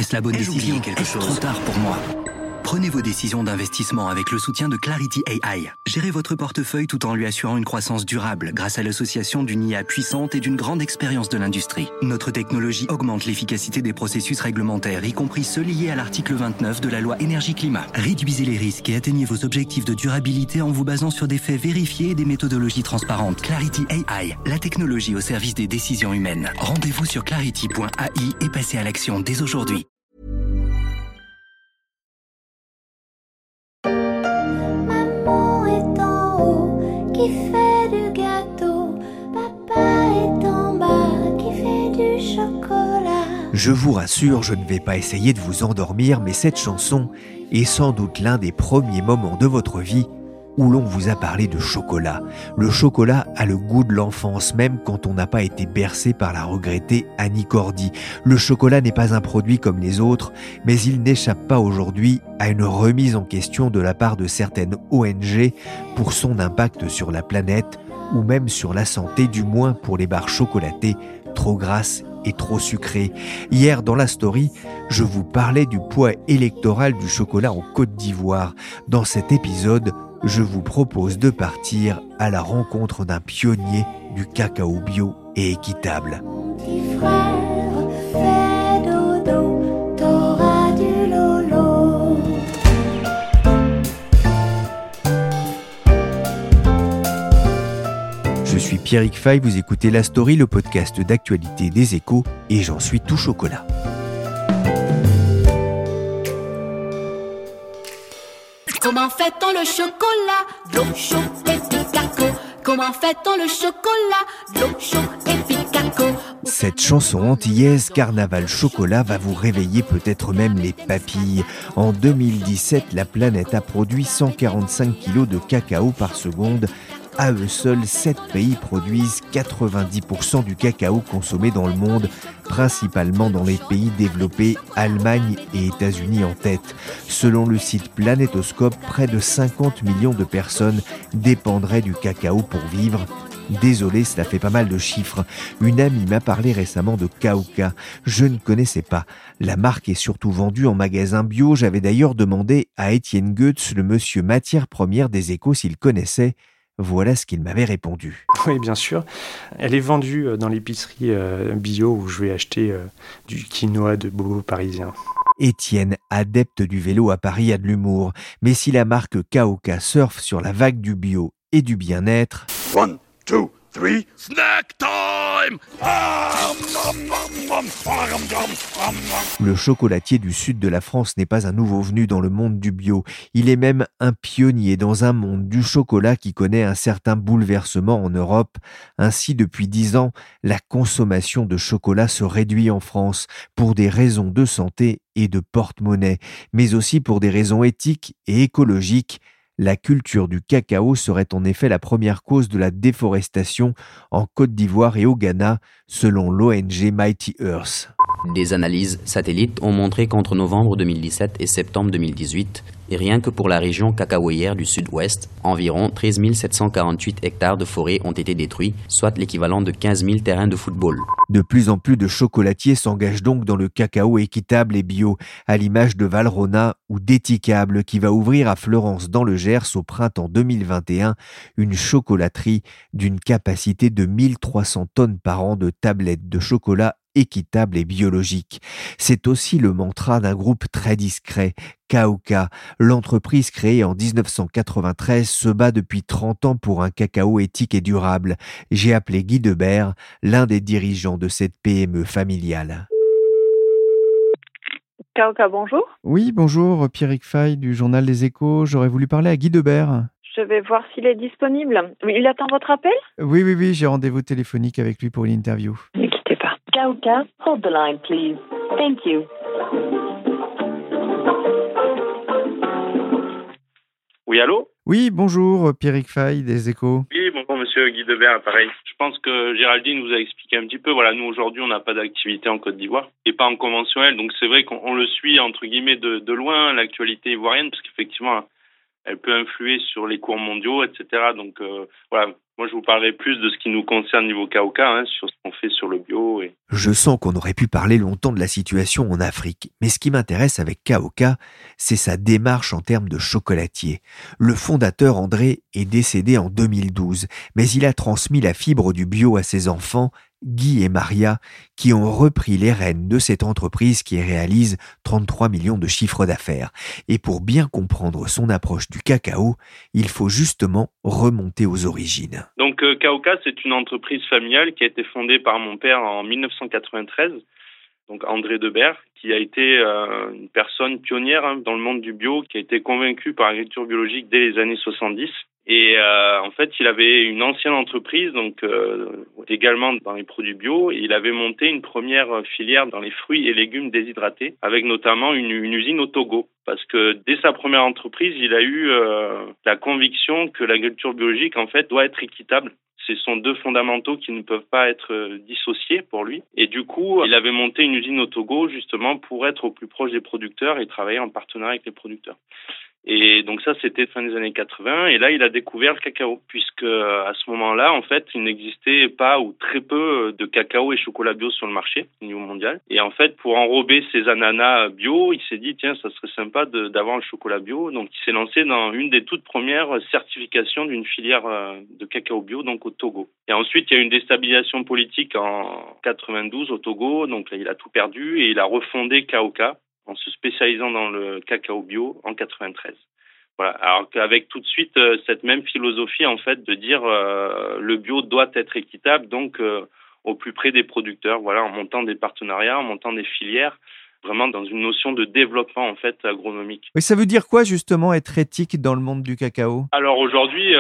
Est-ce la bonne décision? Est-ce trop tard pour moi? Prenez vos décisions d'investissement avec le soutien de Clarity AI. Gérez votre portefeuille tout en lui assurant une croissance durable grâce à l'association d'une IA puissante et d'une grande expérience de l'industrie. Notre technologie augmente l'efficacité des processus réglementaires, y compris ceux liés à l'article 29 de la loi Énergie-Climat. Réduisez les risques et atteignez vos objectifs de durabilité en vous basant sur des faits vérifiés et des méthodologies transparentes. Clarity AI, la technologie au service des décisions humaines. Rendez-vous sur clarity.ai et passez à l'action dès aujourd'hui. Qui fait du gâteau, papa est en bas, qui fait du chocolat. Je vous rassure, je ne vais pas essayer de vous endormir, mais cette chanson est sans doute l'un des premiers moments de votre vie où l'on vous a parlé de chocolat. Le chocolat a le goût de l'enfance, même quand on n'a pas été bercé par la regrettée Annie Cordy. Le chocolat n'est pas un produit comme les autres, mais il n'échappe pas aujourd'hui à une remise en question de la part de certaines ONG pour son impact sur la planète ou même sur la santé, du moins pour les barres chocolatées trop grasses et trop sucrées. Hier, dans la story, je vous parlais du poids électoral du chocolat en Côte d'Ivoire. Dans cet épisode, je vous propose de partir à la rencontre d'un pionnier du cacao bio et équitable. Mon petit frère fait dodo, t'auras du lolo. Je suis Pierrick Fay, vous écoutez La Story, le podcast d'actualité des Échos, et j'en suis tout chocolat. Comment fait-on le chocolat? De l'eau chaude et puis cacao. Comment fait-on le chocolat? De l'eau chaude et puis cacao. Cette chanson antillaise Carnaval Chocolat va vous réveiller peut-être même les papilles. En 2017, la planète a produit 145 kg de cacao par seconde. À eux seuls, 7 pays produisent 90% du cacao consommé dans le monde, principalement dans les pays développés, Allemagne et États-Unis en tête. Selon le site Planétoscope, près de 50 millions de personnes dépendraient du cacao pour vivre. Désolé, cela fait pas mal de chiffres. Une amie m'a parlé récemment de Kauka. Je ne connaissais pas. La marque est surtout vendue en magasin bio. J'avais d'ailleurs demandé à Étienne Goetz, le monsieur matière première des Échos, s'il connaissait. Voilà ce qu'il m'avait répondu. Oui, bien sûr. Elle est vendue dans l'épicerie bio où je vais acheter du quinoa de bobo parisien. Étienne, adepte du vélo à Paris, a de l'humour. Mais si la marque Kauka surfe sur la vague du bio et du bien-être... 1, 2, 3, snack time! Le chocolatier du sud de la France n'est pas un nouveau venu dans le monde du bio. Il est même un pionnier dans un monde du chocolat qui connaît un certain bouleversement en Europe. Ainsi, depuis 10 ans, la consommation de chocolat se réduit en France pour des raisons de santé et de porte-monnaie, mais aussi pour des raisons éthiques et écologiques. La culture du cacao serait en effet la première cause de la déforestation en Côte d'Ivoire et au Ghana, selon l'ONG Mighty Earth. Des analyses satellites ont montré qu'entre novembre 2017 et septembre 2018, et rien que pour la région cacaoyère du sud-ouest, environ 13 748 hectares de forêt ont été détruits, soit l'équivalent de 15 000 terrains de football. De plus en plus de chocolatiers s'engagent donc dans le cacao équitable et bio, à l'image de Valrhona ou d'Éticable, qui va ouvrir à Fleurance dans le Gers au printemps 2021 une chocolaterie d'une capacité de 1300 tonnes par an de tablettes de chocolat équitable et biologique. C'est aussi le mantra d'un groupe très discret, Kauka. L'entreprise créée en 1993 se bat depuis 30 ans pour un cacao éthique et durable. J'ai appelé Guy Debert, l'un des dirigeants de cette PME familiale. Kauka, bonjour. Oui, bonjour, Pierrick Fay du journal Les Échos. J'aurais voulu parler à Guy Debert. Je vais voir s'il est disponible. Oui, il attend votre appel? Oui, j'ai rendez-vous téléphonique avec lui pour une interview. Ne quittez pas. Kauka, hold the line, please. Thank you. Oui, allô? Oui, bonjour, Pierrick Fay des Échos. Oui, bonjour, monsieur Guy Debert, pareil. Je pense que Géraldine vous a expliqué un petit peu. Voilà, nous, aujourd'hui, on n'a pas d'activité en Côte d'Ivoire et pas en conventionnel. Donc, c'est vrai qu'on le suit, entre guillemets, de loin, l'actualité ivoirienne, parce qu'effectivement, elle peut influer sur les cours mondiaux, etc. Donc, voilà, Moi, je vous parlerai plus de ce qui nous concerne niveau KOK, sur ce qu'on fait sur le bio. Je sens qu'on aurait pu parler longtemps de la situation en Afrique, mais ce qui m'intéresse avec KOK, c'est sa démarche en termes de chocolatier. Le fondateur André est décédé en 2012, mais il a transmis la fibre du bio à ses enfants, Guy et Maria, qui ont repris les rênes de cette entreprise qui réalise 33 millions de chiffres d'affaires. Et pour bien comprendre son approche du cacao, il faut justement remonter aux origines. Donc KOK, c'est une entreprise familiale qui a été fondée par mon père en 1993, donc André Debert, qui a été une personne pionnière dans le monde du bio, qui a été convaincu par l'agriculture biologique dès les années 70. Et en fait, il avait une ancienne entreprise, donc également dans les produits bio. Et il avait monté une première filière dans les fruits et légumes déshydratés, avec notamment une usine au Togo. Parce que dès sa première entreprise, il a eu la conviction que l'agriculture biologique, en fait, doit être équitable. Ce sont deux fondamentaux qui ne peuvent pas être dissociés pour lui. Et du coup, il avait monté une usine au Togo, justement, pour être au plus proche des producteurs et travailler en partenariat avec les producteurs. Et donc ça, c'était fin des années 80. Et là, il a découvert le cacao, puisque à ce moment-là, en fait, il n'existait pas ou très peu de cacao et chocolat bio sur le marché au niveau mondial. Et en fait, pour enrober ses ananas bio, il s'est dit, tiens, ça serait sympa d'avoir le chocolat bio. Donc, il s'est lancé dans une des toutes premières certifications d'une filière de cacao bio, donc au Togo. Et ensuite, il y a eu une déstabilisation politique en 92 au Togo. Donc là, il a tout perdu et il a refondé KOK en se spécialisant dans le cacao bio en 93. Voilà. Alors qu'avec tout de suite cette même philosophie, en fait, de dire le bio doit être équitable, donc au plus près des producteurs, voilà, en montant des partenariats, en montant des filières, vraiment dans une notion de développement, en fait, agronomique. Oui, ça veut dire quoi, justement, être éthique dans le monde du cacao ? Alors aujourd'hui,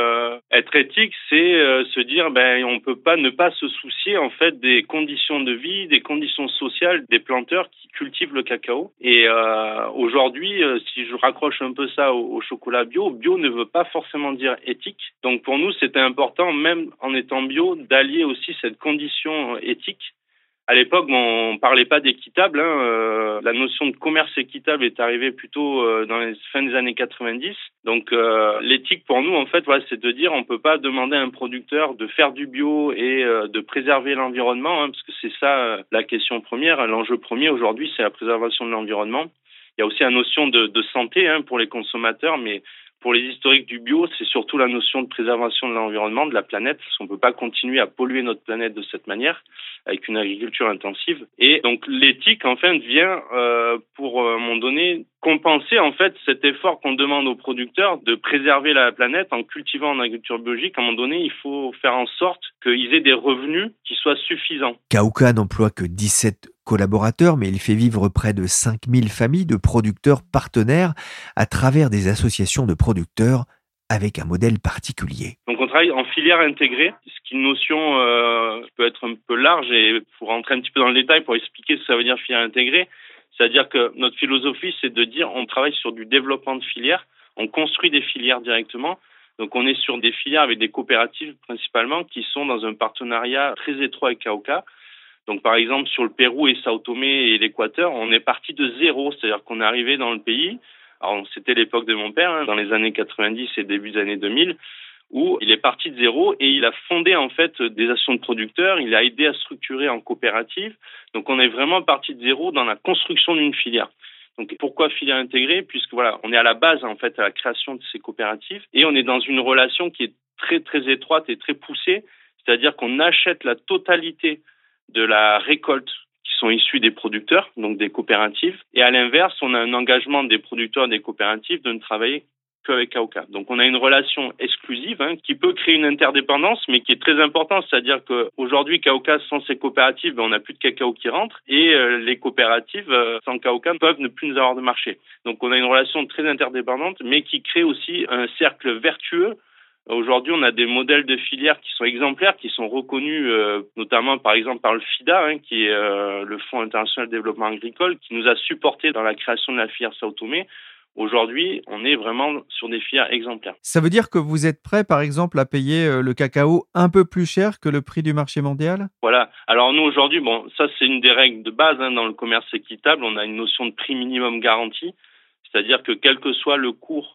être éthique, c'est se dire, on peut pas ne pas se soucier, en fait, des conditions de vie, des conditions sociales des planteurs qui cultivent le cacao. Et aujourd'hui, si je raccroche un peu ça au chocolat bio, bio ne veut pas forcément dire éthique. Donc pour nous, c'était important, même en étant bio, d'allier aussi cette condition éthique. À l'époque, on parlait pas d'équitable. La notion de commerce équitable est arrivée plutôt dans les fins des années 90. Donc, l'éthique pour nous, en fait, voilà, c'est de dire on peut pas demander à un producteur de faire du bio et de préserver l'environnement, parce que c'est ça la question première. L'enjeu premier aujourd'hui, c'est la préservation de l'environnement. Il y a aussi la notion de santé pour les consommateurs, mais pour les historiques du bio, c'est surtout la notion de préservation de l'environnement, de la planète. Parce qu'on ne peut pas continuer à polluer notre planète de cette manière, avec une agriculture intensive. Et donc l'éthique, en fait, vient pour, à un moment donné, compenser en fait cet effort qu'on demande aux producteurs de préserver la planète en cultivant en agriculture biologique. À un moment donné, il faut faire en sorte qu'ils aient des revenus qui soient suffisants. KOK n'emploie que 17 collaborateurs, mais il fait vivre près de 5000 familles de producteurs partenaires à travers des associations de producteurs avec un modèle particulier. Donc on travaille en filière intégrée, ce qui est une notion qui peut être un peu large, et pour rentrer un petit peu dans le détail pour expliquer ce que ça veut dire filière intégrée. C'est-à-dire que notre philosophie, c'est de dire on travaille sur du développement de filières, on construit des filières directement. Donc on est sur des filières avec des coopératives principalement qui sont dans un partenariat très étroit avec KOK. Donc par exemple sur le Pérou et Sao Tomé et l'Équateur, on est parti de zéro, c'est-à-dire qu'on est arrivé dans le pays. Alors c'était l'époque de mon père, dans les années 90 et début des années 2000, où il est parti de zéro et il a fondé en fait des associations de producteurs, il a aidé à structurer en coopérative. Donc on est vraiment parti de zéro dans la construction d'une filière. Donc pourquoi filière intégrée ? Puisque voilà, on est à la base en fait à la création de ces coopératives et on est dans une relation qui est très très étroite et très poussée, c'est-à-dire qu'on achète la totalité de la récolte qui sont issus des producteurs, donc des coopératives. Et à l'inverse, on a un engagement des producteurs et des coopératives de ne travailler qu'avec KOK. Donc on a une relation exclusive qui peut créer une interdépendance, mais qui est très importante. C'est-à-dire qu'aujourd'hui, KOK, sans ces coopératives, on n'a plus de cacao qui rentre. Et les coopératives, sans KOK, peuvent ne plus nous avoir de marché. Donc on a une relation très interdépendante, mais qui crée aussi un cercle vertueux. Aujourd'hui, on a des modèles de filières qui sont exemplaires, qui sont reconnus notamment par exemple par le FIDA, qui est le Fonds international de développement agricole, qui nous a supporté dans la création de la filière Sao Tomé. Aujourd'hui, on est vraiment sur des filières exemplaires. Ça veut dire que vous êtes prêt, par exemple, à payer le cacao un peu plus cher que le prix du marché mondial ? Voilà. Alors nous, aujourd'hui, ça c'est une des règles de base dans le commerce équitable. On a une notion de prix minimum garanti, c'est-à-dire que quel que soit le cours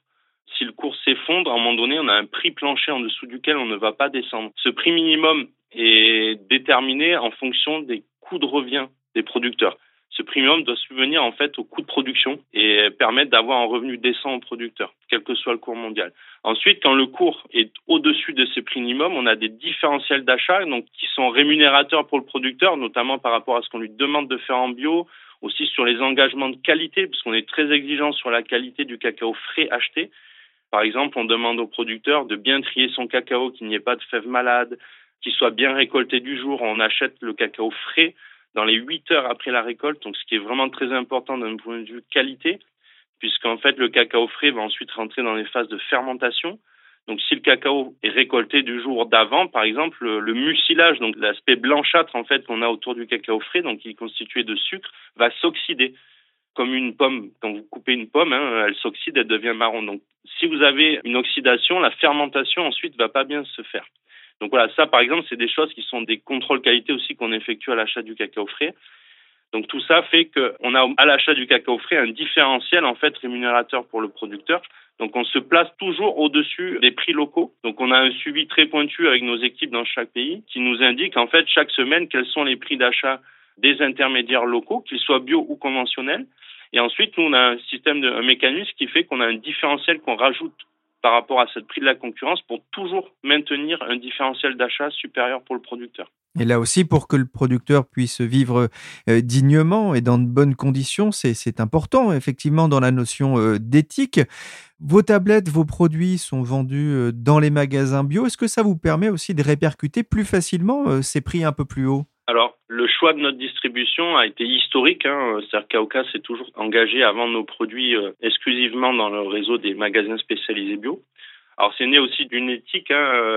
Si le cours s'effondre, à un moment donné, on a un prix plancher en dessous duquel on ne va pas descendre. Ce prix minimum est déterminé en fonction des coûts de revient des producteurs. Ce prix minimum doit subvenir en fait au coût de production et permettre d'avoir un revenu décent aux producteurs, quel que soit le cours mondial. Ensuite, quand le cours est au-dessus de ces prix minimums, on a des différentiels d'achat donc qui sont rémunérateurs pour le producteur, notamment par rapport à ce qu'on lui demande de faire en bio, aussi sur les engagements de qualité, parce qu'on est très exigeant sur la qualité du cacao frais acheté. Par exemple, on demande au producteur de bien trier son cacao, qu'il n'y ait pas de fèves malades, qu'il soit bien récolté du jour. On achète le cacao frais dans les 8 heures après la récolte, donc ce qui est vraiment très important d'un point de vue qualité, puisqu'en fait le cacao frais va ensuite rentrer dans les phases de fermentation. Donc si le cacao est récolté du jour d'avant, par exemple, le mucilage, donc l'aspect blanchâtre en fait qu'on a autour du cacao frais, donc qui est constitué de sucre, va s'oxyder. Comme une pomme, quand vous coupez une pomme, elle s'oxyde, elle devient marron. Donc si vous avez une oxydation, la fermentation ensuite va pas bien se faire. Donc voilà, ça par exemple, c'est des choses qui sont des contrôles qualité aussi qu'on effectue à l'achat du cacao frais. Donc tout ça fait qu'on a à l'achat du cacao frais un différentiel en fait rémunérateur pour le producteur. Donc on se place toujours au-dessus des prix locaux. Donc on a un suivi très pointu avec nos équipes dans chaque pays qui nous indique en fait chaque semaine quels sont les prix d'achat des intermédiaires locaux, qu'ils soient bio ou conventionnels. Et ensuite, nous, on a un mécanisme qui fait qu'on a un différentiel qu'on rajoute par rapport à ce prix de la concurrence pour toujours maintenir un différentiel d'achat supérieur pour le producteur. Et là aussi, pour que le producteur puisse vivre dignement et dans de bonnes conditions, c'est important, effectivement, dans la notion d'éthique. Vos tablettes, vos produits sont vendus dans les magasins bio. Est-ce que ça vous permet aussi de répercuter plus facilement ces prix un peu plus hauts ? Alors, le choix de notre distribution a été historique. C'est-à-dire qu'Aoka s'est toujours engagé à vendre nos produits exclusivement dans le réseau des magasins spécialisés bio. Alors, c'est né aussi d'une éthique.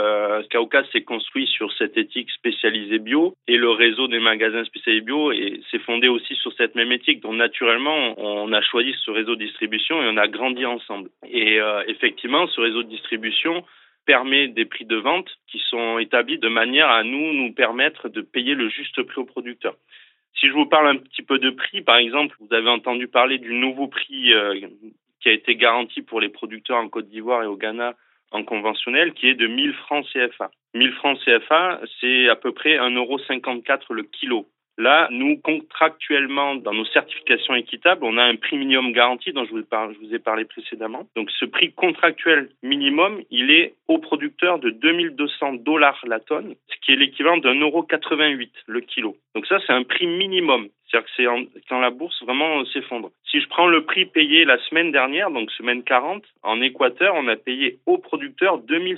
Aoka s'est construit sur cette éthique spécialisée bio et le réseau des magasins spécialisés bio s'est fondé aussi sur cette même éthique. Donc, naturellement, on a choisi ce réseau de distribution et on a grandi ensemble. Et effectivement, ce réseau de distribution permet des prix de vente qui sont établis de manière à nous permettre de payer le juste prix au producteur. Si je vous parle un petit peu de prix, par exemple, vous avez entendu parler du nouveau prix qui a été garanti pour les producteurs en Côte d'Ivoire et au Ghana en conventionnel, qui est de 1000 francs CFA. 1000 francs CFA, c'est à peu près 1,54 € le kilo. Là, nous, contractuellement, dans nos certifications équitables, on a un prix minimum garanti dont je vous ai parlé précédemment. Donc, ce prix contractuel minimum, il est au producteur de $2200 la tonne, ce qui est l'équivalent d'1,88 € le kilo. Donc ça, c'est un prix minimum. C'est-à-dire que c'est quand la bourse vraiment s'effondre. Si je prends le prix payé la semaine dernière, donc semaine 40, en Équateur, on a payé au producteur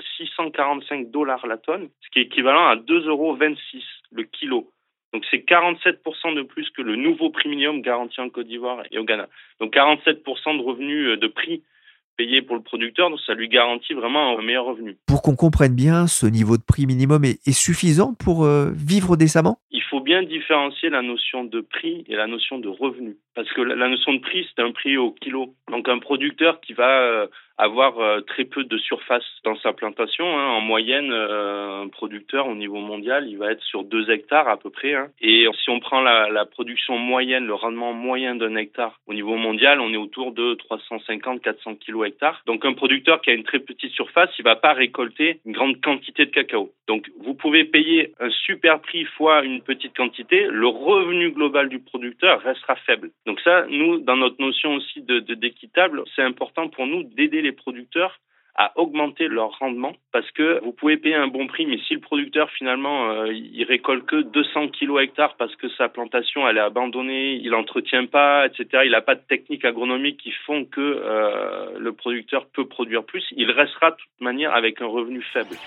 $2645 la tonne, ce qui est équivalent à 2,26 € le kilo. Donc, c'est 47% de plus que le nouveau prix minimum garanti en Côte d'Ivoire et au Ghana. Donc, 47% de revenus de prix payés pour le producteur, donc ça lui garantit vraiment un meilleur revenu. Pour qu'on comprenne bien, ce niveau de prix minimum est suffisant pour vivre décemment ? Il faut bien différencier la notion de prix et la notion de revenu. Parce que la notion de prix, c'est un prix au kilo. Donc, un producteur qui va avoir très peu de surface dans sa plantation. En moyenne, un producteur au niveau mondial, il va être sur 2 hectares à peu près. Et si on prend la production moyenne, le rendement moyen d'un hectare au niveau mondial, on est autour de 350-400 kilos hectares. Donc un producteur qui a une très petite surface, il va pas récolter une grande quantité de cacao. Donc vous pouvez payer un super prix fois une petite quantité, le revenu global du producteur restera faible. Donc ça, nous, dans notre notion aussi d'équitable, c'est important pour nous d'aider les producteurs à augmenter leur rendement parce que vous pouvez payer un bon prix, mais si le producteur finalement il récolte que 200 kilos hectares parce que sa plantation elle est abandonnée, il l'entretient pas, etc. Il n'a pas de techniques agronomiques qui font que le producteur peut produire plus, il restera de toute manière avec un revenu faible.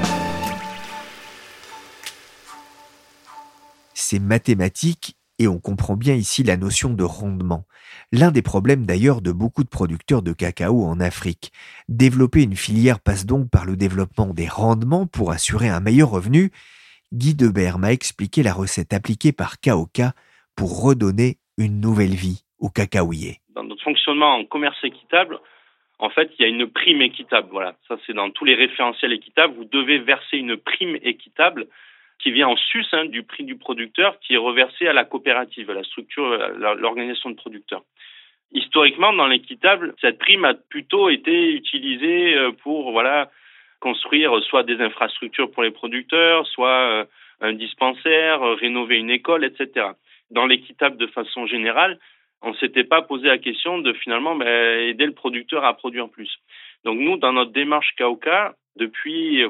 C'est mathématique et on comprend bien ici la notion de rendement. L'un des problèmes d'ailleurs de beaucoup de producteurs de cacao en Afrique. Développer une filière passe donc par le développement des rendements pour assurer un meilleur revenu. Guy Debert m'a expliqué la recette appliquée par Kaoka pour redonner une nouvelle vie aux cacaoyers. Dans notre fonctionnement en commerce équitable, en fait, il y a une prime équitable. Voilà, ça c'est dans tous les référentiels équitables. Vous devez verser une prime équitable qui vient en sus du prix du producteur, qui est reversé à la coopérative, à la structure, à l'organisation de producteurs. Historiquement, dans l'équitable, cette prime a plutôt été utilisée pour construire soit des infrastructures pour les producteurs, soit un dispensaire, rénover une école, etc. Dans l'équitable de façon générale, on ne s'était pas posé la question de finalement aider le producteur à produire plus. Donc nous, dans notre démarche KOKA, depuis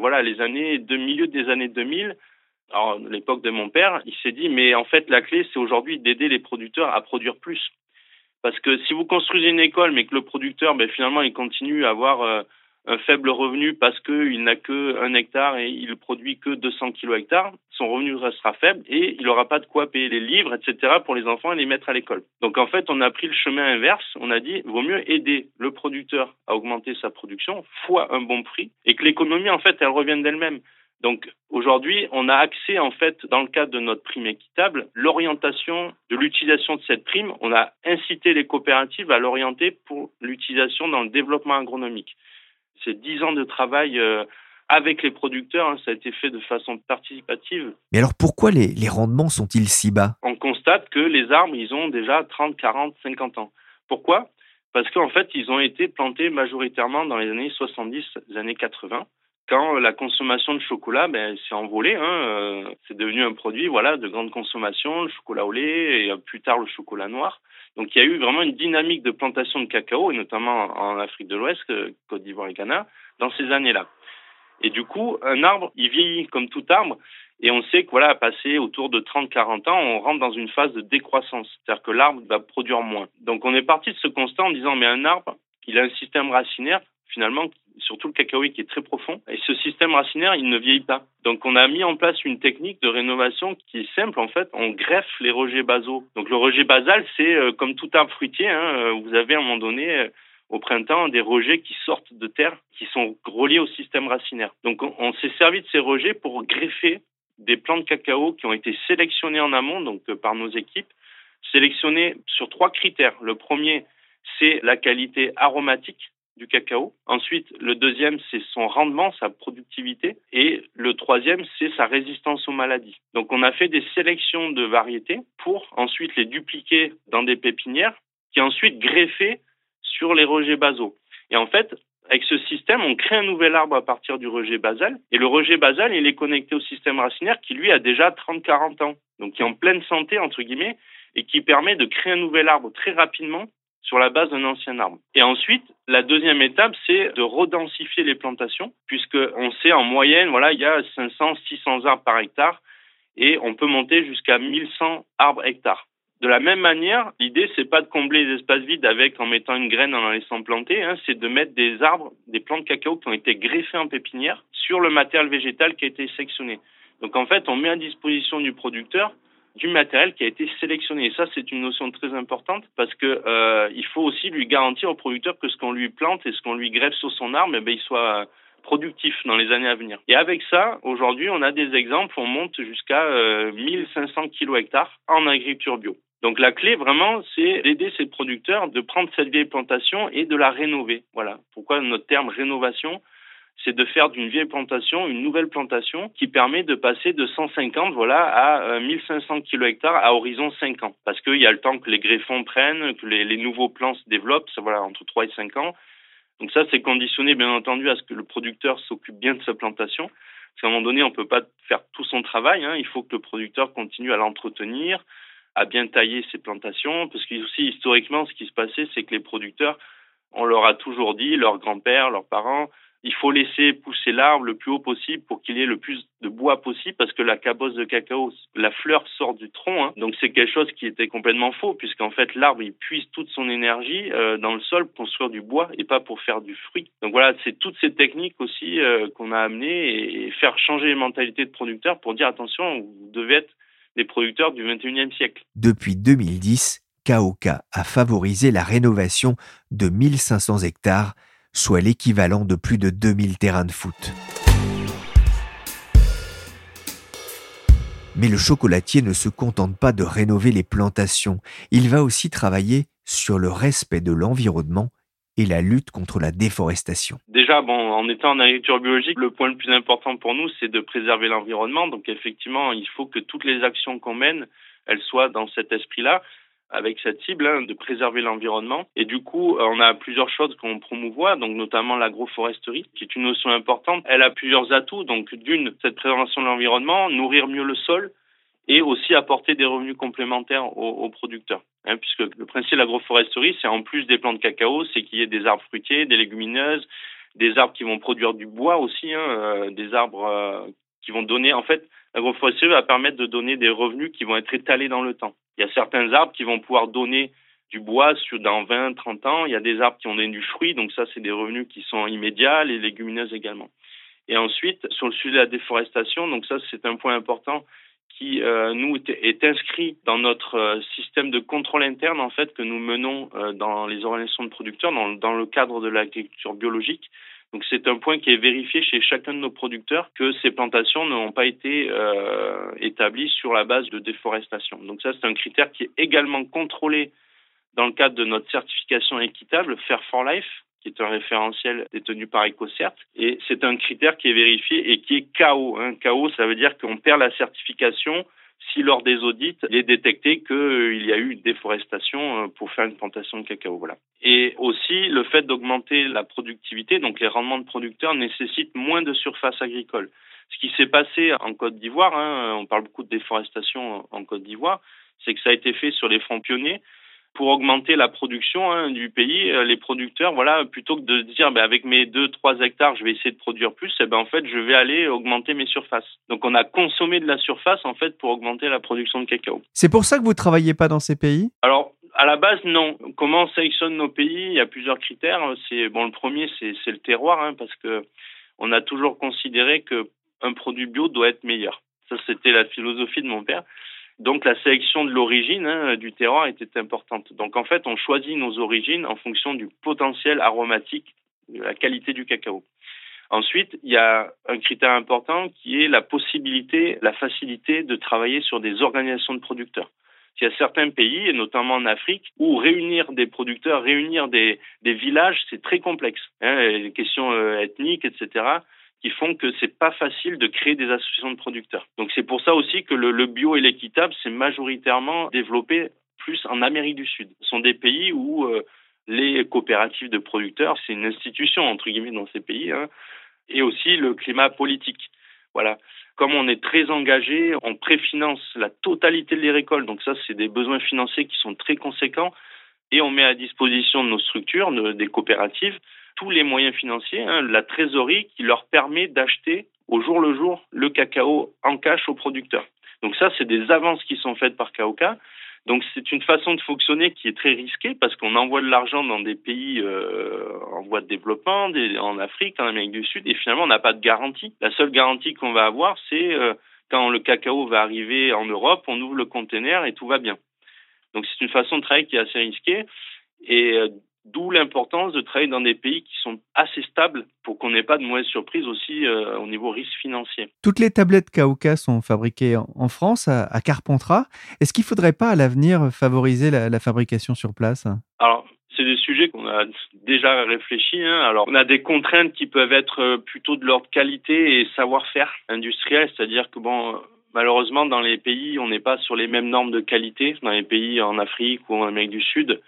milieu des années 2000, alors à l'époque de mon père, il s'est dit mais en fait la clé c'est aujourd'hui d'aider les producteurs à produire plus. Parce que si vous construisez une école mais que le producteur finalement il continue à avoir un faible revenu parce qu'il n'a que 1 hectare et il produit que 200 kilos hectare, son revenu restera faible et il n'aura pas de quoi payer les livres, etc. pour les enfants et les mettre à l'école. Donc en fait, on a pris le chemin inverse. On a dit, vaut mieux aider le producteur à augmenter sa production, fois un bon prix, et que l'économie, en fait, elle revienne d'elle-même. Donc aujourd'hui, on a axé, en fait, dans le cadre de notre prime équitable, l'orientation de l'utilisation de cette prime. On a incité les coopératives à l'orienter pour l'utilisation dans le développement agronomique. C'est 10 ans de travail avec les producteurs, ça a été fait de façon participative. Mais alors pourquoi les rendements sont-ils si bas ? On constate que les arbres, ils ont déjà 30, 40, 50 ans. Pourquoi ? Parce qu'en fait, ils ont été plantés majoritairement dans les années 70, les années 80, quand la consommation de chocolat s'est envolée. C'est devenu un produit de grande consommation, le chocolat au lait et plus tard le chocolat noir. Donc il y a eu vraiment une dynamique de plantation de cacao, et notamment en Afrique de l'Ouest, Côte d'Ivoire et Ghana, dans ces années-là. Et du coup, un arbre, il vieillit comme tout arbre, et on sait que passé autour de 30-40 ans, on rentre dans une phase de décroissance, c'est-à-dire que l'arbre va produire moins. Donc on est parti de ce constat en disant, mais un arbre, il a un système racinaire, finalement, surtout le cacaoyer qui est très profond, et ce système racinaire, il ne vieillit pas. Donc on a mis en place une technique de rénovation qui est simple, en fait, on greffe les rejets basaux. Donc le rejet basal, c'est comme tout arbre fruitier, vous avez à un moment donné, au printemps, des rejets qui sortent de terre, qui sont reliés au système racinaire. Donc on s'est servi de ces rejets pour greffer des plants de cacao qui ont été sélectionnés en amont, donc par nos équipes, sélectionnés sur 3 critères. Le premier, c'est la qualité aromatique du cacao. Ensuite, le deuxième, c'est son rendement, sa productivité. Et le troisième, c'est sa résistance aux maladies. Donc, on a fait des sélections de variétés pour ensuite les dupliquer dans des pépinières qui ensuite greffer sur les rejets basaux. Et en fait, avec ce système, on crée un nouvel arbre à partir du rejet basal. Et le rejet basal, il est connecté au système racinaire qui, lui, a déjà 30-40 ans. Donc, qui est en pleine santé, entre guillemets, et qui permet de créer un nouvel arbre très rapidement sur la base d'un ancien arbre. Et ensuite, la deuxième étape, c'est de redensifier les plantations, puisqu'on sait en moyenne, il y a 500-600 arbres par hectare, et on peut monter jusqu'à 1100 arbres hectares. De la même manière, l'idée, c'est pas de combler les espaces vides en mettant une graine en la laissant planter, c'est de mettre des arbres, des plants de cacao qui ont été greffés en pépinière sur le matériel végétal qui a été sélectionné. Donc en fait, on met à disposition du producteur du matériel qui a été sélectionné. Et ça, c'est une notion très importante parce que il faut aussi lui garantir au producteur que ce qu'on lui plante et ce qu'on lui greffe sur son arbre, il soit productif dans les années à venir. Et avec ça, aujourd'hui, on a des exemples, on monte jusqu'à 1500 kilos hectares en agriculture bio. Donc la clé vraiment, c'est d'aider ces producteurs de prendre cette vieille plantation et de la rénover. Voilà. Pourquoi notre terme rénovation ? C'est de faire d'une vieille plantation une nouvelle plantation qui permet de passer de 150 à 1500 kilos hectares à horizon 5 ans. Parce qu'il y a le temps que les greffons prennent, que les nouveaux plants se développent, ça entre 3 et 5 ans. Donc ça, c'est conditionné bien entendu à ce que le producteur s'occupe bien de sa plantation. Parce qu'à un moment donné, on ne peut pas faire tout son travail. Il faut que le producteur continue à l'entretenir, à bien tailler ses plantations. Parce que aussi, historiquement, ce qui se passait, c'est que les producteurs, on leur a toujours dit, leurs grands-pères, leurs parents, il faut laisser pousser l'arbre le plus haut possible pour qu'il y ait le plus de bois possible parce que la cabosse de cacao, la fleur sort du tronc. Donc c'est quelque chose qui était complètement faux puisqu'en fait l'arbre, il puise toute son énergie dans le sol pour construire du bois et pas pour faire du fruit. Donc voilà, c'est toutes ces techniques aussi qu'on a amenées et faire changer les mentalités de producteurs pour dire attention, vous devez être des producteurs du 21e siècle. Depuis 2010, KOKA a favorisé la rénovation de 1500 hectares, soit l'équivalent de plus de 2000 terrains de foot. Mais le chocolatier ne se contente pas de rénover les plantations, il va aussi travailler sur le respect de l'environnement et la lutte contre la déforestation. Déjà, en étant en agriculture biologique, le point le plus important pour nous, c'est de préserver l'environnement. Donc effectivement, il faut que toutes les actions qu'on mène, elles soient dans cet esprit-là. avec cette cible de préserver l'environnement. Et du coup, on a plusieurs choses qu'on promouvoit, donc notamment l'agroforesterie, qui est une notion importante. Elle a plusieurs atouts, donc d'une, cette préservation de l'environnement, nourrir mieux le sol, et aussi apporter des revenus complémentaires aux producteurs. Puisque le principe de l'agroforesterie, c'est en plus des plants de cacao, c'est qu'il y ait des arbres fruitiers, des légumineuses, des arbres qui vont produire du bois aussi, des arbres qui vont donner, en fait, l'agroforesterie va permettre de donner des revenus qui vont être étalés dans le temps. Il y a certains arbres qui vont pouvoir donner du bois dans 20, 30 ans. Il y a des arbres qui ont donné du fruit, donc ça, c'est des revenus qui sont immédiats, les légumineuses également. Et ensuite, sur le sujet de la déforestation, donc ça, c'est un point important qui, nous, est inscrit dans notre système de contrôle interne, en fait, que nous menons dans les organisations de producteurs, dans le cadre de l'agriculture biologique. Donc, c'est un point qui est vérifié chez chacun de nos producteurs que ces plantations n'ont pas été établies sur la base de déforestation. Donc, ça, c'est un critère qui est également contrôlé dans le cadre de notre certification équitable, Fair for Life, qui est un référentiel détenu par EcoCert. Et c'est un critère qui est vérifié et qui est KO. KO, ça veut dire qu'on perd la certification si lors des audits, il est détecté qu'il y a eu une déforestation pour faire une plantation de cacao. Voilà. Et aussi, le fait d'augmenter la productivité, donc les rendements de producteurs, nécessitent moins de surface agricole. Ce qui s'est passé en Côte d'Ivoire, on parle beaucoup de déforestation en Côte d'Ivoire, c'est que ça a été fait sur les fronts pionniers. Pour augmenter la production du pays, les producteurs, plutôt que de dire avec mes 2-3 hectares, je vais essayer de produire plus, en fait, je vais aller augmenter mes surfaces. Donc, on a consommé de la surface, en fait, pour augmenter la production de cacao. C'est pour ça que vous ne travaillez pas dans ces pays ? Alors, à la base, non. Comment on sélectionne nos pays ? Il y a plusieurs critères. Le premier, c'est le terroir, parce que on a toujours considéré qu'un produit bio doit être meilleur. Ça, c'était la philosophie de mon père. Donc, la sélection de l'origine du terroir était importante. Donc, en fait, on choisit nos origines en fonction du potentiel aromatique, de la qualité du cacao. Ensuite, il y a un critère important qui est la possibilité, la facilité de travailler sur des organisations de producteurs. Il y a certains pays, et notamment en Afrique, où réunir des producteurs, réunir des villages, c'est très complexe. Les questions ethniques, etc., qui font que c'est pas facile de créer des associations de producteurs. Donc c'est pour ça aussi que le bio et l'équitable, c'est majoritairement développé plus en Amérique du Sud. Ce sont des pays où les coopératives de producteurs, c'est une institution, entre guillemets, dans ces pays, et aussi le climat politique. Voilà. Comme on est très engagé, on préfinance la totalité des récoltes. Donc ça, c'est des besoins financiers qui sont très conséquents. Et on met à disposition de nos structures, des coopératives, tous les moyens financiers, la trésorerie qui leur permet d'acheter au jour le jour le cacao en cash aux producteurs. Donc ça, c'est des avances qui sont faites par Caoca. Donc c'est une façon de fonctionner qui est très risquée parce qu'on envoie de l'argent dans des pays en voie de développement, en Afrique, en Amérique du Sud, et finalement on n'a pas de garantie. La seule garantie qu'on va avoir, c'est quand le cacao va arriver en Europe, on ouvre le conteneur et tout va bien. Donc c'est une façon de travailler qui est assez risquée et d'où l'importance de travailler dans des pays qui sont assez stables pour qu'on n'ait pas de mauvaises surprises aussi au niveau risque financier. Toutes les tablettes Caoca sont fabriquées en France, à Carpentras. Est-ce qu'il ne faudrait pas à l'avenir favoriser la fabrication sur place ? Alors, c'est des sujets qu'on a déjà réfléchi. Alors, on a des contraintes qui peuvent être plutôt de l'ordre qualité et savoir-faire industriel, c'est-à-dire que malheureusement, dans les pays, on n'est pas sur les mêmes normes de qualité, dans les pays en Afrique ou en Amérique du Sud.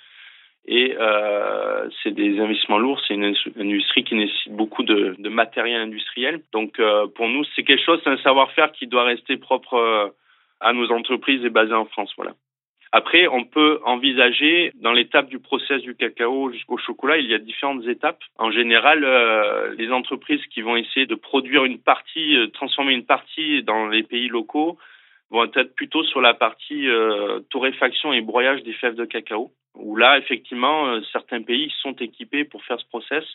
Et c'est des investissements lourds, c'est une industrie qui nécessite beaucoup de matériel industriel. Donc pour nous, c'est quelque chose, c'est un savoir-faire qui doit rester propre à nos entreprises et basé en France. Voilà. Après, on peut envisager, dans l'étape du process du cacao jusqu'au chocolat, il y a différentes étapes. En général, les entreprises qui vont essayer de produire une partie, transformer une partie dans les pays locaux, vont être plutôt sur la partie torréfaction et broyage des fèves de cacao, où là, effectivement, certains pays sont équipés pour faire ce process.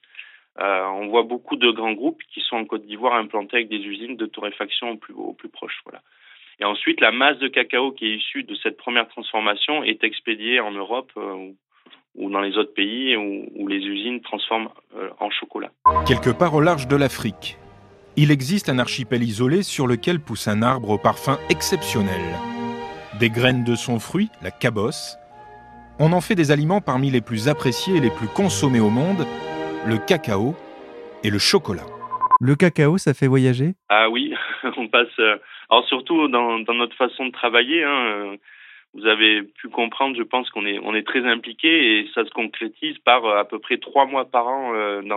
On voit beaucoup de grands groupes qui sont en Côte d'Ivoire implantés avec des usines de torréfaction au plus proche. Voilà. Et ensuite, la masse de cacao qui est issue de cette première transformation est expédiée en Europe ou dans les autres pays où les usines transforment en chocolat. Quelque part au large de l'Afrique, il existe un archipel isolé sur lequel pousse un arbre au parfum exceptionnel. Des graines de son fruit, la cabosse, on en fait des aliments parmi les plus appréciés et les plus consommés au monde, le cacao et le chocolat. Le cacao, ça fait voyager ? Ah oui, on passe... alors surtout dans notre façon de travailler, vous avez pu comprendre, je pense qu'on est très impliqué et ça se concrétise par à peu près 3 mois par an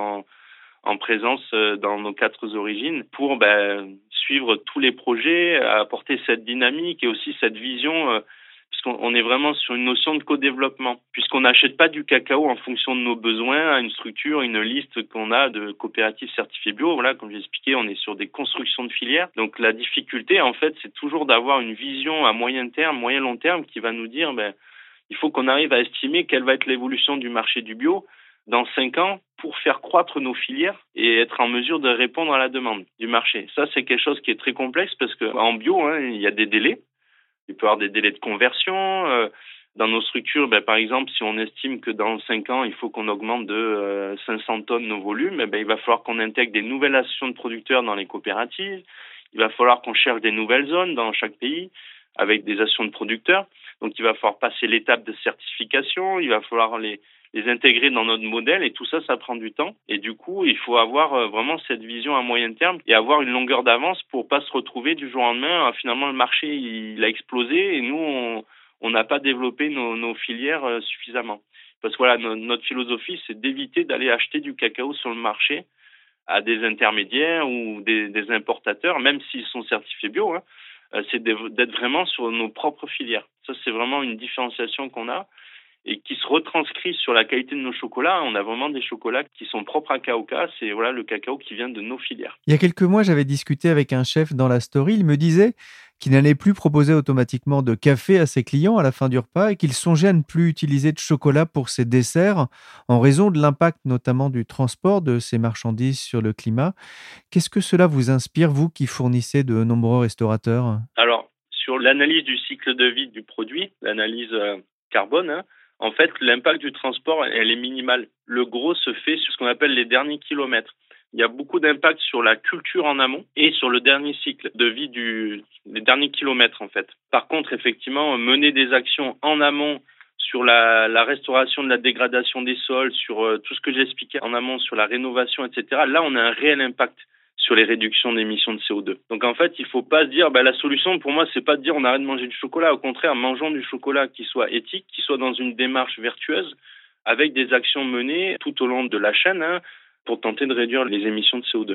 en présence dans nos 4 origines pour suivre tous les projets, apporter cette dynamique et aussi cette vision puisqu'on est vraiment sur une notion de co-développement, puisqu'on n'achète pas du cacao en fonction de nos besoins, à une structure, une liste qu'on a de coopératives certifiées bio. Voilà, comme j'ai expliqué, on est sur des constructions de filières. Donc la difficulté, en fait, c'est toujours d'avoir une vision à moyen terme, moyen-long terme, qui va nous dire, il faut qu'on arrive à estimer quelle va être l'évolution du marché du bio dans 5 ans pour faire croître nos filières et être en mesure de répondre à la demande du marché. Ça, c'est quelque chose qui est très complexe parce qu'en bio, il y a des délais. Il peut y avoir des délais de conversion. Dans nos structures, par exemple, si on estime que dans 5 ans, il faut qu'on augmente de 500 tonnes nos volumes, il va falloir qu'on intègre des nouvelles associations de producteurs dans les coopératives. Il va falloir qu'on cherche des nouvelles zones dans chaque pays avec des associations de producteurs. Donc, il va falloir passer l'étape de certification. Il va falloir les intégrer dans notre modèle et tout ça, ça prend du temps. Et du coup, il faut avoir vraiment cette vision à moyen terme et avoir une longueur d'avance pour pas se retrouver du jour au lendemain. Finalement, le marché, il a explosé et nous, on n'a pas développé nos filières suffisamment. Parce que voilà, notre philosophie, c'est d'éviter d'aller acheter du cacao sur le marché à des intermédiaires ou des importateurs, même s'ils sont certifiés bio. C'est d'être vraiment sur nos propres filières. Ça, c'est vraiment une différenciation qu'on a et qui se retranscrit sur la qualité de nos chocolats. On a vraiment des chocolats qui sont propres à Kaoka. C'est le cacao qui vient de nos filières. Il y a quelques mois, j'avais discuté avec un chef dans la story. Il me disait qu'il n'allait plus proposer automatiquement de café à ses clients à la fin du repas et qu'il songeait à ne plus utiliser de chocolat pour ses desserts en raison de l'impact notamment du transport de ces marchandises sur le climat. Qu'est-ce que cela vous inspire, vous qui fournissez de nombreux restaurateurs ? Alors, sur l'analyse du cycle de vie du produit, l'analyse carbone, en fait, l'impact du transport, elle est minimale. Le gros se fait sur ce qu'on appelle les derniers kilomètres. Il y a beaucoup d'impact sur la culture en amont et sur le dernier cycle de vie des derniers kilomètres, en fait. Par contre, effectivement, mener des actions en amont sur la restauration de la dégradation des sols, sur tout ce que j'ai expliqué en amont, sur la rénovation, etc. Là, on a un réel impact sur les réductions d'émissions de CO2. Donc en fait, il faut pas se dire, la solution pour moi, c'est pas de dire on arrête de manger du chocolat. Au contraire, mangeons du chocolat qui soit éthique, qui soit dans une démarche vertueuse, avec des actions menées tout au long de la chaîne pour tenter de réduire les émissions de CO2.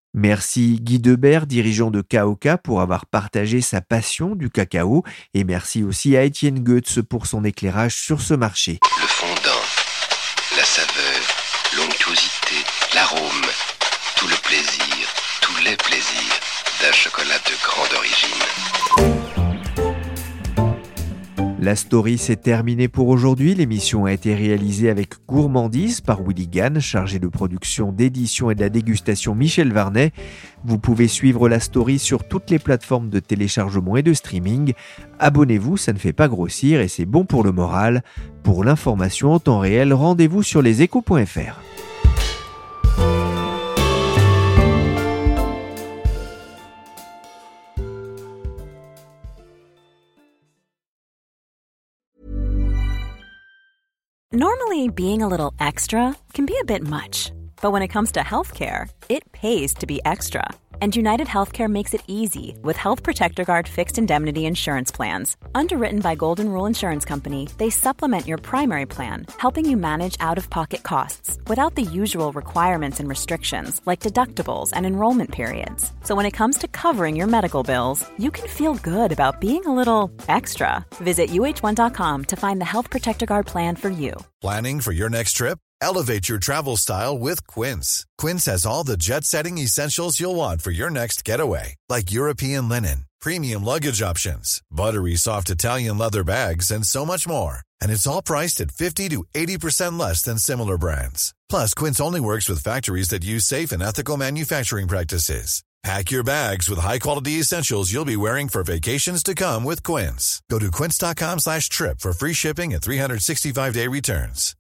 Merci Guy Debert, dirigeant de Kaoka, pour avoir partagé sa passion du cacao. Et merci aussi à Étienne Goetz pour son éclairage sur ce marché. Le fondant, la saveur, l'onctuosité, l'arôme, tout le plaisir, tous les plaisirs d'un chocolat de grande origine. La story s'est terminée pour aujourd'hui. L'émission a été réalisée avec gourmandise par Willy Gann, chargé de production, d'édition et de la dégustation Michel Varnet. Vous pouvez suivre la story sur toutes les plateformes de téléchargement et de streaming. Abonnez-vous, ça ne fait pas grossir et c'est bon pour le moral. Pour l'information en temps réel, rendez-vous sur leséchos.fr. Normally, being a little extra can be a bit much, but when it comes to healthcare, it pays to be extra. And United Healthcare makes it easy with Health Protector Guard fixed indemnity insurance plans. Underwritten by Golden Rule Insurance Company, they supplement your primary plan, helping you manage out-of-pocket costs without the usual requirements and restrictions like deductibles and enrollment periods. So when it comes to covering your medical bills, you can feel good about being a little extra. Visit uh1.com to find the Health Protector Guard plan for you. Planning for your next trip? Elevate your travel style with Quince. Quince has all the jet-setting essentials you'll want for your next getaway, like European linen, premium luggage options, buttery soft Italian leather bags, and so much more. And it's all priced at 50 to 80% less than similar brands. Plus, Quince only works with factories that use safe and ethical manufacturing practices. Pack your bags with high-quality essentials you'll be wearing for vacations to come with Quince. Go to quince.com/trip for free shipping and 365-day returns.